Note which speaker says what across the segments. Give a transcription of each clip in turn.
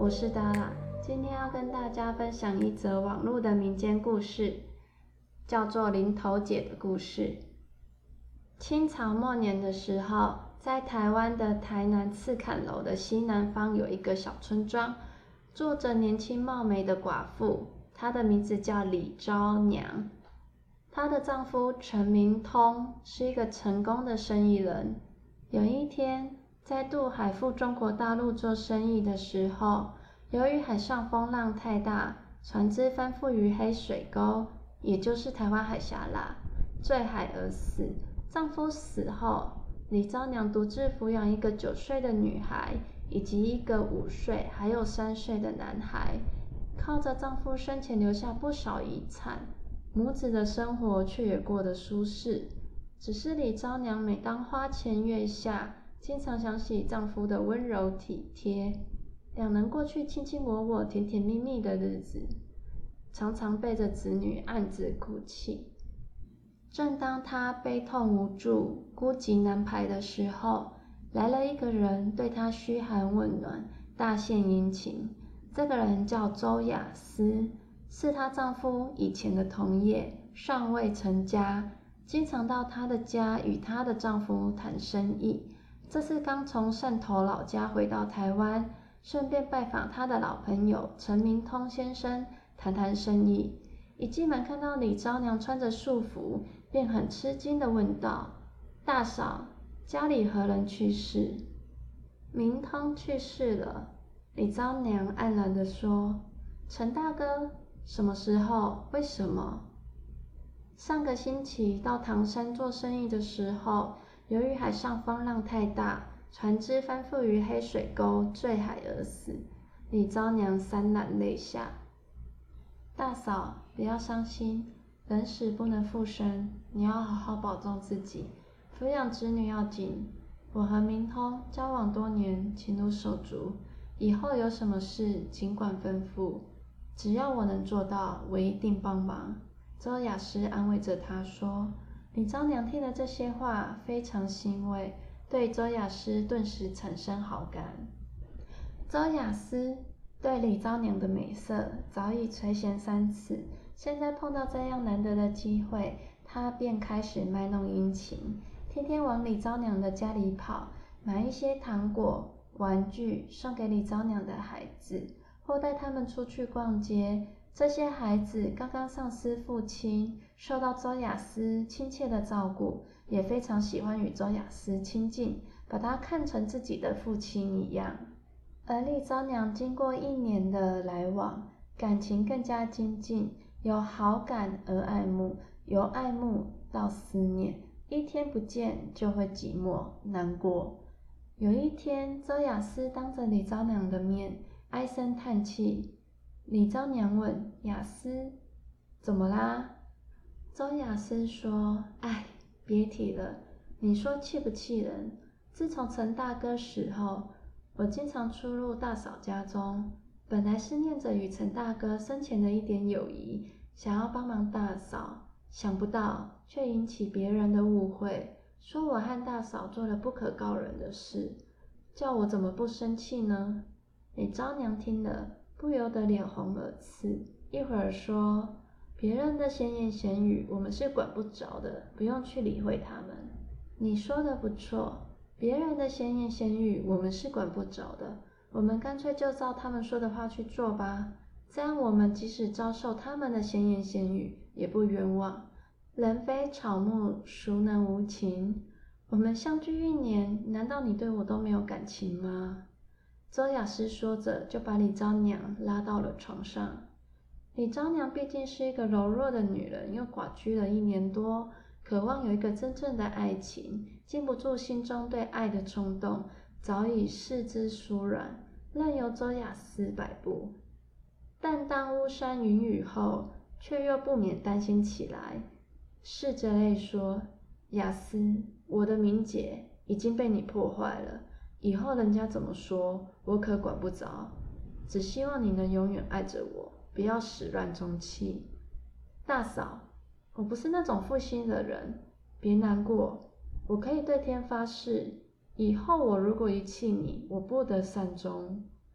Speaker 1: 我是达拉，今天要跟大家分享一则网络的民间故事，叫做林头姐的故事。清朝末年的时候，在台湾的台南赤坎楼的西南方有一个小村庄，住着年轻貌美的寡妇，她的名字叫李昭娘。她的丈夫陈明通是一个成功的生意人。有一天，在渡海赴中国大陆做生意的时候，由于海上风浪太大，船只翻覆于黑水沟，也就是台湾海峡啦，坠海而死。丈夫死后，李昭娘独自抚养一个9岁的女孩，以及一个5岁还有3岁的男孩，靠着丈夫生前留下不少遗产，母子的生活却也过得舒适。只是李昭娘每当花前月下，经常想起丈夫的温柔体贴，两人过去卿卿我我、甜甜蜜蜜的日子，常常背着子女暗自哭泣。正当她悲痛无助、孤寂难排的时候，来了一个人对她嘘寒问暖、大献殷勤。这个人叫周雅思，是她丈夫以前的同业，尚未成家，经常到她的家与她的丈夫谈生意。这次刚从汕头老家回到台湾，顺便拜访他的老朋友陈明通先生，谈谈生意。一进门看到李昭娘穿着素服，便很吃惊地问道：“大嫂，家里何人去世？”“明通去世了。”李昭娘黯然地说。“陈大哥，什么时候？为什么？”“上个星期到唐山做生意的时候，由于海上风浪太大，船只翻覆于黑水沟，坠海而死。”李昭娘潸然泪下。“大嫂，不要伤心，人死不能复生，你要好好保重自己，抚养子女要紧。我和明通交往多年，情如手足，以后有什么事尽管吩咐，只要我能做到，我一定帮忙。”周雅思安慰着她说。李昭娘听了这些话，非常欣慰，对周雅思顿时产生好感。周雅思对李昭娘的美色早已垂涎3次，现在碰到这样难得的机会，她便开始卖弄殷勤，天天往李昭娘的家里跑，买一些糖果、玩具送给李昭娘的孩子，或带他们出去逛街。这些孩子刚刚丧失父亲，受到周雅思亲切的照顾，也非常喜欢与周雅思亲近，把他看成自己的父亲一样。而李昭娘经过1年的来往，感情更加精进，由好感而爱慕，由爱慕到思念，一天不见就会寂寞难过。有一天，周雅思当着李昭娘的面唉声叹气。李昭娘问雅思：“怎么啦？”周雅思说：“哎，别提了，你说气不气人？自从陈大哥死后，我经常出入大嫂家中，本来是念着与陈大哥生前的一点友谊，想要帮忙大嫂，想不到却引起别人的误会，说我和大嫂做了不可告人的事，叫我怎么不生气呢？”李昭娘听了，不由得脸红耳赤，一会儿说：“别人的闲言闲语，我们是管不着的，不用去理会他们。”“你说的不错，别人的闲言闲语，我们是管不着的，我们干脆就照他们说的话去做吧，这样我们即使遭受他们的闲言闲语，也不冤枉。人非草木，孰能无情？我们相聚1年，难道你对我都没有感情吗？”周雅思说着，就把李昭娘拉到了床上。李昭娘毕竟是一个柔弱的女人，又寡居了1年多，渴望有一个真正的爱情，禁不住心中对爱的冲动，早已四肢酥软，任由周雅思摆布。但当巫山云雨后，却又不免担心起来，拭着泪说：“雅思，我的名节已经被你破坏了，以后人家怎么说，我可管不着，只希望你能永远爱着我，不要始乱终弃。”“大嫂，我不是那种负心的人，别难过，我可以对天发誓，以后我如果遗弃你，我不得善终。”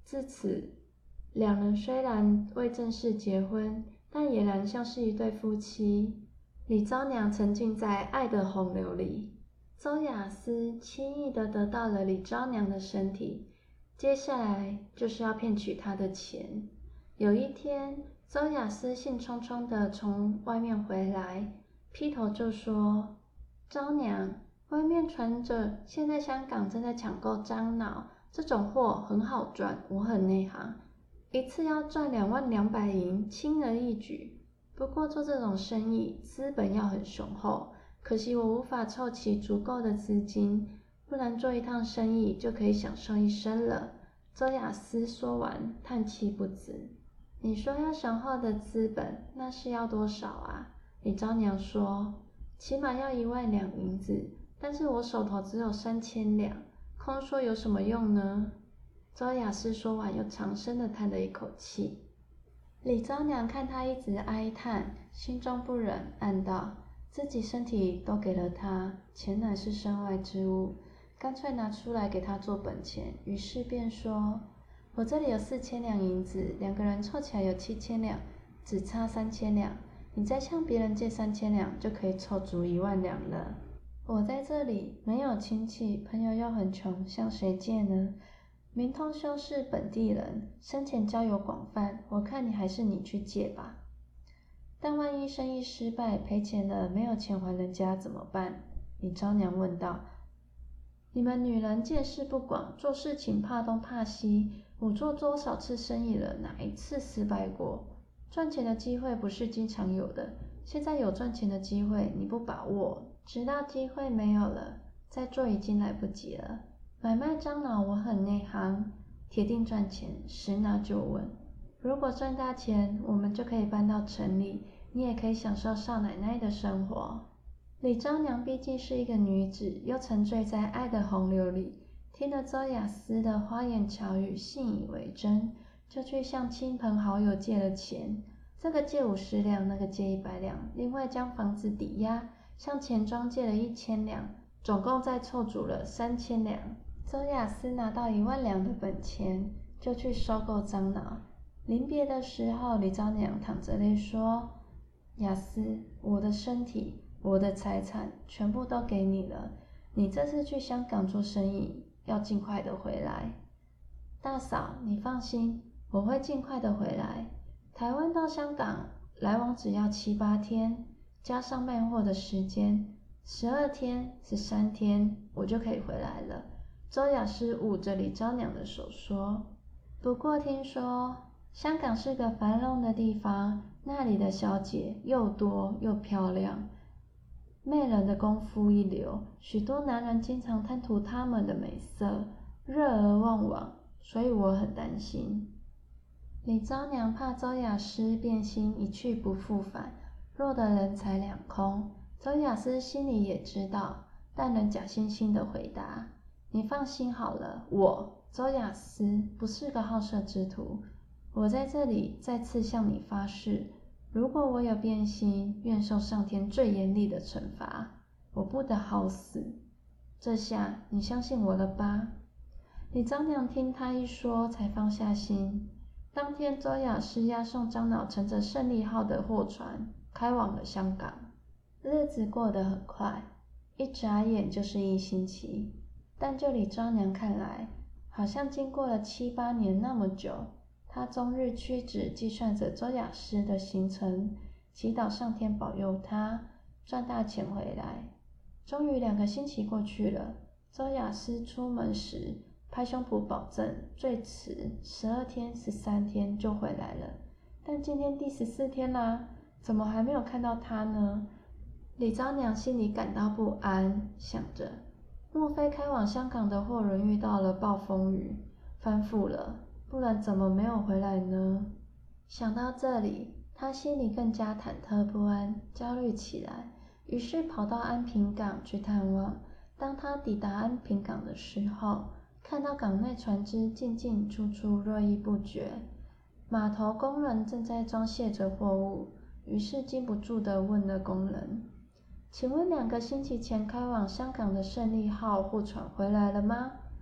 Speaker 1: 自此，两人虽然未正式结婚，但俨然像是一对夫妻。李昭娘沉浸在爱的洪流里，周雅思轻易地得到了李昭娘的身体，接下来就是要骗取她的钱。有一天，周雅思兴冲冲地从外面回来，劈头就说：“昭娘，外面传着现在香港正在抢购樟脑，这种货很好赚，我很内行，一次要赚22000银，轻而易举。不过做这种生意，资本要很雄厚，可惜我无法凑齐足够的资金，不然做一趟生意就可以享受一生了。”周雅思说完，叹气不止。你说要雄厚的资本，那是要多少啊？李昭娘说：“起码要10000银子，但是我手头只有3000两，空说有什么用呢？”周雅思说完，又长声地叹了一口气。李昭娘看他一直哀叹，心中不忍，暗道：自己身体都给了他，钱乃是身外之物，干脆拿出来给他做本钱。于是便说：“我这里有4000两银子，2个人凑起来有7000两，只差3000两。你再向别人借3000两，就可以凑足10000两了。我在这里没有亲戚，朋友又很穷，向谁借呢？明通兄是本地人，生前交友广泛，我看你还是你去借吧。但万一生意失败，赔钱了，没有钱还人家怎么办？”李昭娘问道。“你们女人见识不广，做事情怕东怕西，我做多少次生意了，哪一次失败过？赚钱的机会不是经常有的，现在有赚钱的机会，你不把握，直到机会没有了，再做已经来不及了。买卖樟脑我很内行，铁定赚钱，10拿9稳。如果赚大钱，我们就可以搬到城里，你也可以享受少奶奶的生活。”李昭娘毕竟是一个女子，又沉醉在爱的洪流里，听了周雅思的花言巧语，信以为真，就去向亲朋好友借了钱，这个借50两，那个借100两，另外将房子抵押，向钱庄借了1000两，总共再凑足了3000两。周雅思拿到10000两的本钱，就去收购樟脑。临别的时候，李昭娘淌着泪说：“雅思，我的身体，我的财产全部都给你了，你这次去香港做生意，要尽快的回来。”“大嫂，你放心，我会尽快的回来。台湾到香港来往只要7、8天，加上卖货的时间，12天、13天，我就可以回来了。”周雅思捂着李昭娘的手说：“不过听说香港是个繁荣的地方，那里的小姐又多又漂亮，媚人的功夫一流，许多男人经常贪图她们的美色，热而忘往，所以我很担心。”李昭娘怕周雅思变心一去不复返，落得人财两空。周雅思心里也知道，但仍假惺惺的回答：“你放心好了，我周雅思不是个好色之徒。我在这里再次向你发誓，如果我有变心，愿受上天最严厉的惩罚，我不得好死。这下你相信我了吧？”李昭娘听他一说，才放下心。当天，周雅思押送樟脑乘着胜利号的货船开往了香港。日子过得很快，一眨眼就是1星期。但就李昭娘看来，好像经过了7、8年那么久。她终日屈指计算着周雅思的行程，祈祷上天保佑她赚大钱回来。终于2个星期过去了，周雅思出门时拍胸脯保证，最迟12天、13天就回来了。但今天第14天啦，怎么还没有看到他呢？李昭娘心里感到不安，想着，莫非开往香港的货轮遇到了暴风雨，翻覆了，不然怎么没有回来呢？想到这里，她心里更加忐忑不安，焦虑起来，于是跑到安平港去探望。当她抵达安平港的时候，看到港内船只进进出出，络绎不绝，码头工人正在装卸着货物，于是禁不住地问了工人：“请问2个星期前开往香港的胜利号货船回来了吗？”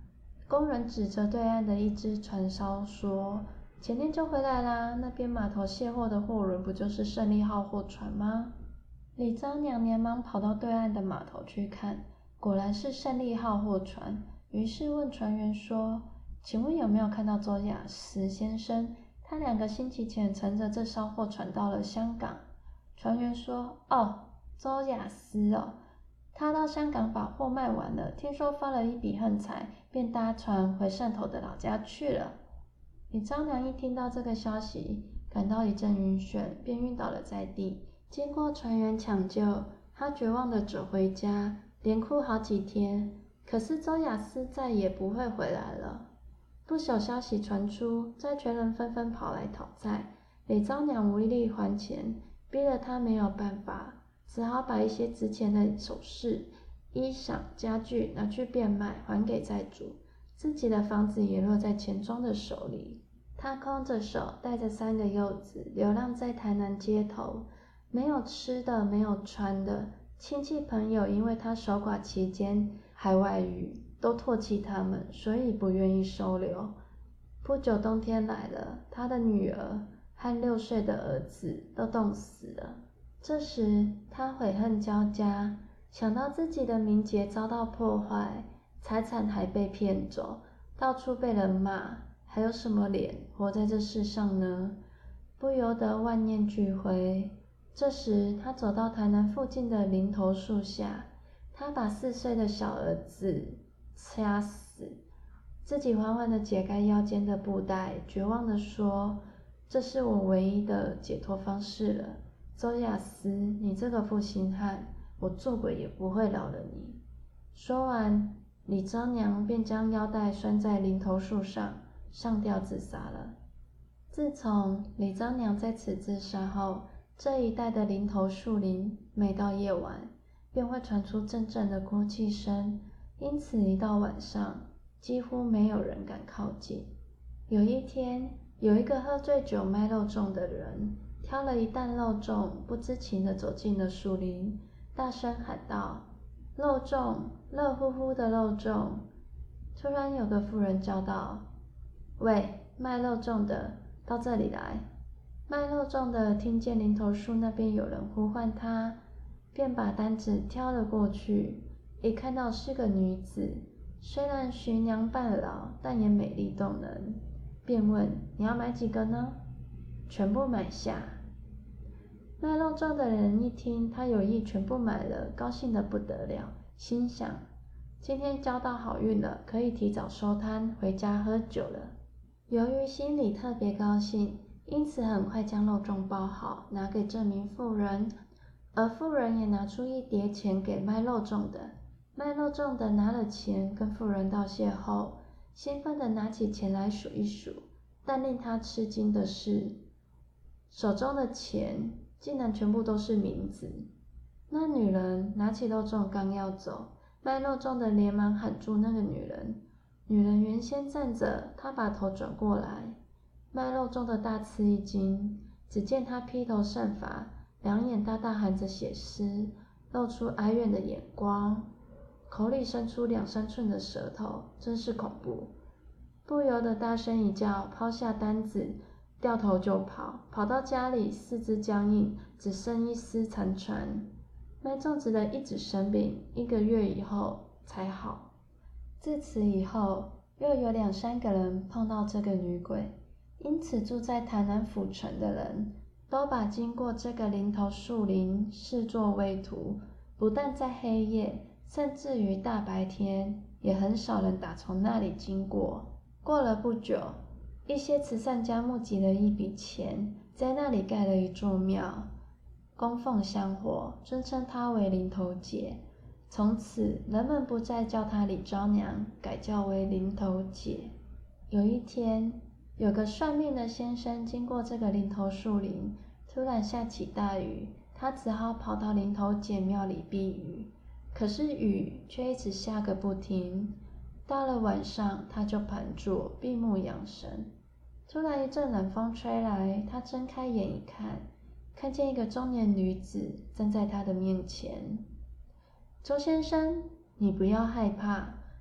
Speaker 1: 工人指着对岸的一只船烧说：“前天就回来啦，那边码头卸货的货轮不就是胜利号货船吗？”李昭娘连忙跑到对岸的码头去看，果然是胜利号货船。于是问船员说：“请问有没有看到周雅思先生？他2个星期前乘着这艘货船到了香港。”船员说：“哦，周雅思哦，他到香港把货卖完了，听说发了一笔横财，便搭船回汕头的老家去了。”李昭娘一听到这个消息，感到一阵晕眩，便晕倒了在地。经过船员抢救，她绝望地走回家，连哭好几天。可是周雅思再也不会回来了。不久消息传出，债权人纷纷跑来讨债，李昭娘无力还钱，逼得她没有办法，只好把一些值钱的首饰、衣裳、家具拿去变卖，还给债主。自己的房子也落在钱庄的手里。她空着手，带着3个幼子，流浪在台南街头，没有吃的，没有穿的。亲戚朋友因为她守寡期间还外遇，都唾弃他们，所以不愿意收留。不久冬天来了，她的女儿和6岁的儿子都冻死了。这时她悔恨交加，想到自己的名节遭到破坏，财产还被骗走，到处被人骂，还有什么脸活在这世上呢？不由得万念俱灰。这时他走到台南附近的林头树下，他把4岁的小儿子掐死，自己缓缓地解开腰间的布带，绝望地说：“这是我唯一的解脱方式了。周雅思，你这个负心汉，我做鬼也不会饶了你。”说完，李昭娘便将腰带拴在林头树上，上吊自杀了。自从李昭娘在此自杀后，这一带的林头树林每到夜晚便会传出阵阵的哭泣声，因此一到晚上几乎没有人敢靠近。有一天，有一个喝醉酒卖肉粽的人挑了一担肉粽，不知情地走进了树林，大声喊道：“肉粽，热乎乎的肉粽！”突然有个妇人叫道：“喂，卖肉粽的，到这里来！”卖肉粽的听见林头树那边有人呼唤他，便把担子挑了过去。一看到是个女子，虽然徐娘半老，但也美丽动人，便问：“你要买几个呢？”“全部买下。”卖肉粽的人一听他有意全部买了，高兴得不得了，心想：今天交到好运了，可以提早收摊，回家喝酒了。由于心里特别高兴，因此很快将肉粽包好，拿给这名妇人，而妇人也拿出1叠钱给卖肉粽的。卖肉粽的拿了钱，跟妇人道谢后，兴奋地拿起钱来数一数，但令他吃惊的是，手中的钱竟然全部都是冥纸。那女人拿起肉粽刚要走，卖肉粽的连忙喊住那个女人。女人原先站着，她把头转过来。卖肉粽的大吃一惊，只见她披头散发，两眼大大含着血丝，露出哀怨的眼光，口里伸出2-3寸的舌头，真是恐怖。不由得大声一叫，抛下单子，掉头就跑，跑到家里，四肢僵硬，只剩一丝残喘。卖粽子的一直生病，1个月以后才好。自此以后，又有2-3个人碰到这个女鬼，因此住在台南府城的人都把经过这个林头树林视作畏途，不但在黑夜，甚至于大白天，也很少人打从那里经过。过了不久，一些慈善家募集了一笔钱，在那里盖了一座庙，供奉香火，尊称她为林头姐。从此人们不再叫她李昭娘，改叫为林头姐。有一天，有个算命的先生经过这个林头树林，突然下起大雨，他只好跑到林头姐庙里避雨。可是雨却一直下个不停，到了晚上他就盘坐闭目养神。突然一阵冷风吹来，他睁开眼一看，看见一个中年女子站在他的面前。“周先生，你不要害怕，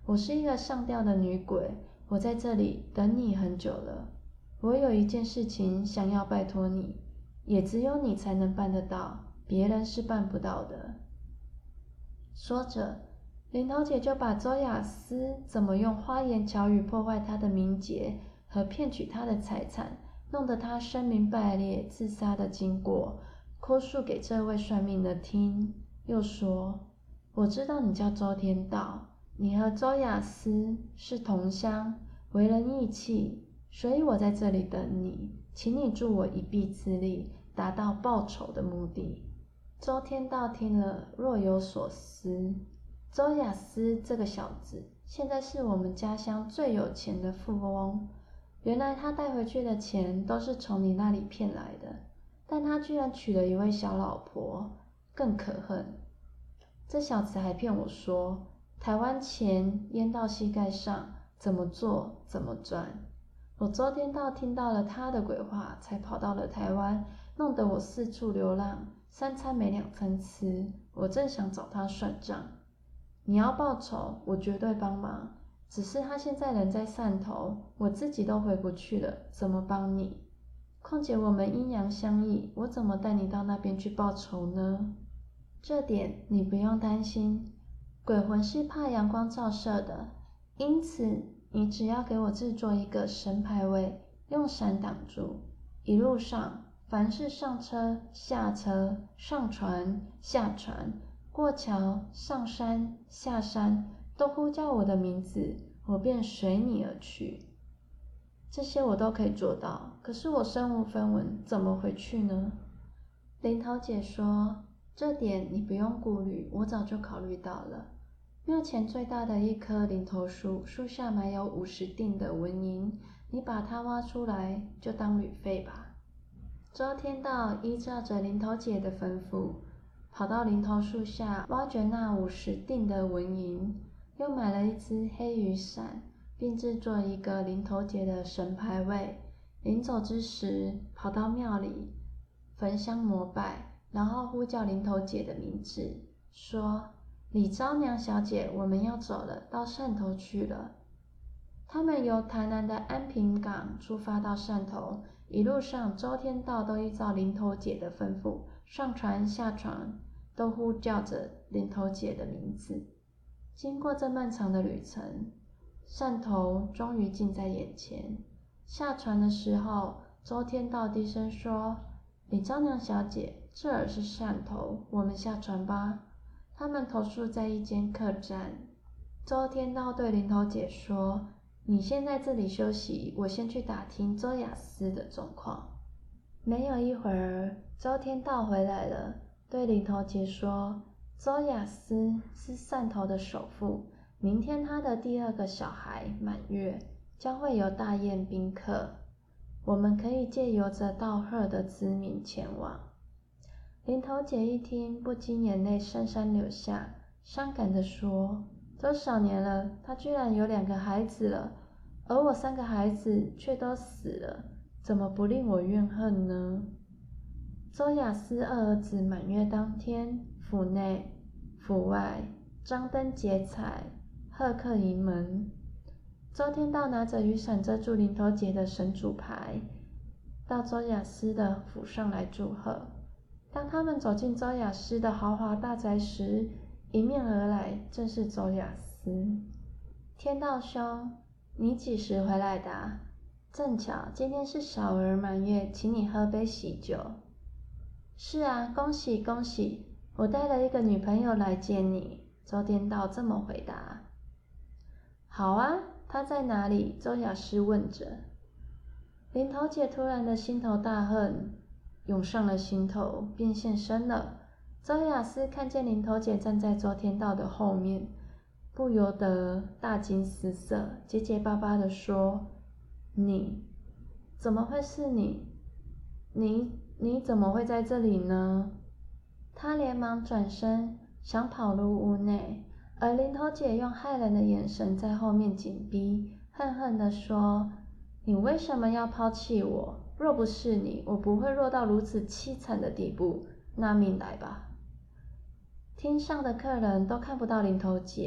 Speaker 1: 我是一个上吊的女鬼，我在这里等你很久了。我有一件事情想要拜托你，也只有你才能办得到，别人是办不到的。”说着，林头姐就把周雅思怎么用花言巧语破坏她的名节和骗取她的财产，弄得她声名败裂、自杀的经过，哭诉给这位算命的听，又说：“我知道你叫周天道，你和周雅思是同乡，为人义气，所以我在这里等你，请你助我一臂之力，达到报仇的目的。”周天道听了若有所思，周雅思这个小子，现在是我们家乡最有钱的富翁。原来他带回去的钱都是从你那里骗来的，但他居然娶了一位小老婆，更可恨。这小子还骗我说，台湾钱淹到膝盖上，怎么做怎么赚。我周天道听到了他的鬼话，才跑到了台湾，弄得我四处流浪，3餐没2餐吃。我正想找他算账。你要报仇，我绝对帮忙。只是他现在人在汕头，我自己都回不去了，怎么帮你？况且我们阴阳相异，我怎么带你到那边去报仇呢？这点你不用担心，鬼魂是怕阳光照射的，因此你只要给我制作一个神牌位，用伞挡住，一路上凡是上车、下车、上船、下船、过桥、上山、下山，都呼叫我的名字，我便随你而去。这些我都可以做到，可是我身无分文，怎么回去呢？林桃姐说：“这点你不用顾虑，我早就考虑到了。庙前最大的一棵林头树，树下埋有50锭的纹银，你把它挖出来，就当旅费吧。”周天道依照着林头姐的吩咐，跑到林头树下挖掘那50锭的纹银，又买了一只黑雨伞，并制作一个林头姐的神牌位。临走之时，跑到庙里焚香膜拜，然后呼叫林头姐的名字，说：“李昭娘小姐，我们要走了，到汕头去了。”他们由台南的安平港出发到汕头，一路上周天道都依照林头姐的吩咐，上船下船都呼叫着林头姐的名字。经过这漫长的旅程，汕头终于近在眼前。下船的时候，周天道低声说：“李昭娘小姐，这儿是汕头，我们下船吧。”他们投宿在一间客栈。周天道对林头姐说：“你先在这里休息，我先去打听周雅思的状况。”没有一会儿，周天道回来了，对林头姐说：“周雅思是汕头的首富，明天他的第2个小孩满月，将会有大宴宾客，我们可以借由着道贺的之名前往。”林头姐一听，不禁眼泪潸潸流下，伤感地说：“多少年了，他居然有2个孩子了，而我3个孩子却都死了，怎么不令我怨恨呢？”周雅思2儿子满月当天，府内府外张灯结彩，贺客盈门。周天道拿着雨伞遮住林头姐的神主牌，到周雅思的府上来祝贺。当他们走进周雅思的豪华大宅时，迎面而来正是周雅思。“天道兄，你几时回来的啊？正巧今天是小儿满月，请你喝杯喜酒。”“是啊，恭喜恭喜，我带了一个女朋友来接你。”周天道这么回答。“好啊，她在哪里？”周雅思问着。林头姐突然的心头大恨涌上了心头，便现身了。周雅思看见林头姐站在周天道的后面，不由得大惊失色，结结巴巴地说：“你，怎么会是你？你怎么会在这里呢？”他连忙转身想跑入屋内，而林头姐用骇人的眼神在后面紧逼，恨恨地说：“你为什么要抛弃我？若不是你，我不会落到如此凄惨的地步。拿命来吧！”厅上的客人都看不到林头姐，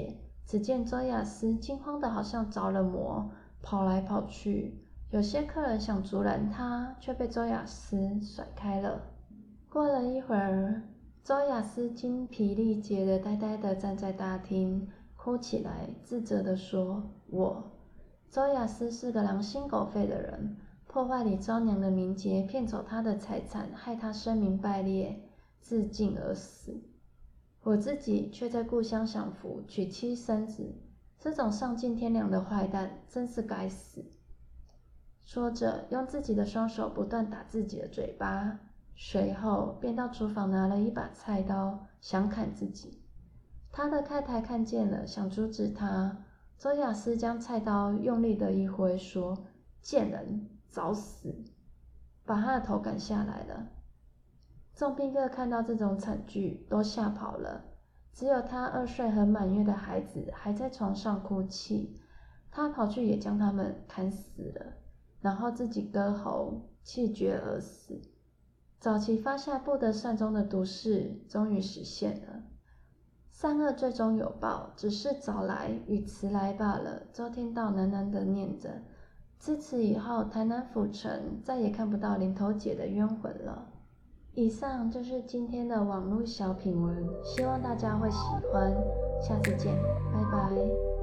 Speaker 1: 只见周雅思惊慌的好像着了魔，跑来跑去。有些客人想阻拦他，却被周雅思甩开了。过了一会儿，周雅思精疲力竭的呆呆的站在大厅，哭起来，自责的说：“周雅思是个狼心狗肺的人，破坏李昭娘的名节，骗走她的财产，害她声名败裂，自尽而死。我自己却在故乡享福，娶妻生子，这种丧尽天良的坏蛋，真是该死。”说着，用自己的双手不断打自己的嘴巴，随后便到厨房拿了一把菜刀，想砍自己。他的太太看见了，想阻止他。周雅思将菜刀用力的一挥，说：“贱人，找死！”把他的头砍下来了。众宾客看到这种惨剧，都吓跑了。只有他2岁和满月的孩子还在床上哭泣。他跑去也将他们砍死了，然后自己割喉，气绝而死。早期发下不得善终的毒誓，终于实现了。善恶最终有报，只是早来与迟来罢了。周天道喃喃地念着。自此以后，台南府城再也看不到林头姐的冤魂了。以上就是今天的网络小品文，希望大家会喜欢。下次见，拜拜。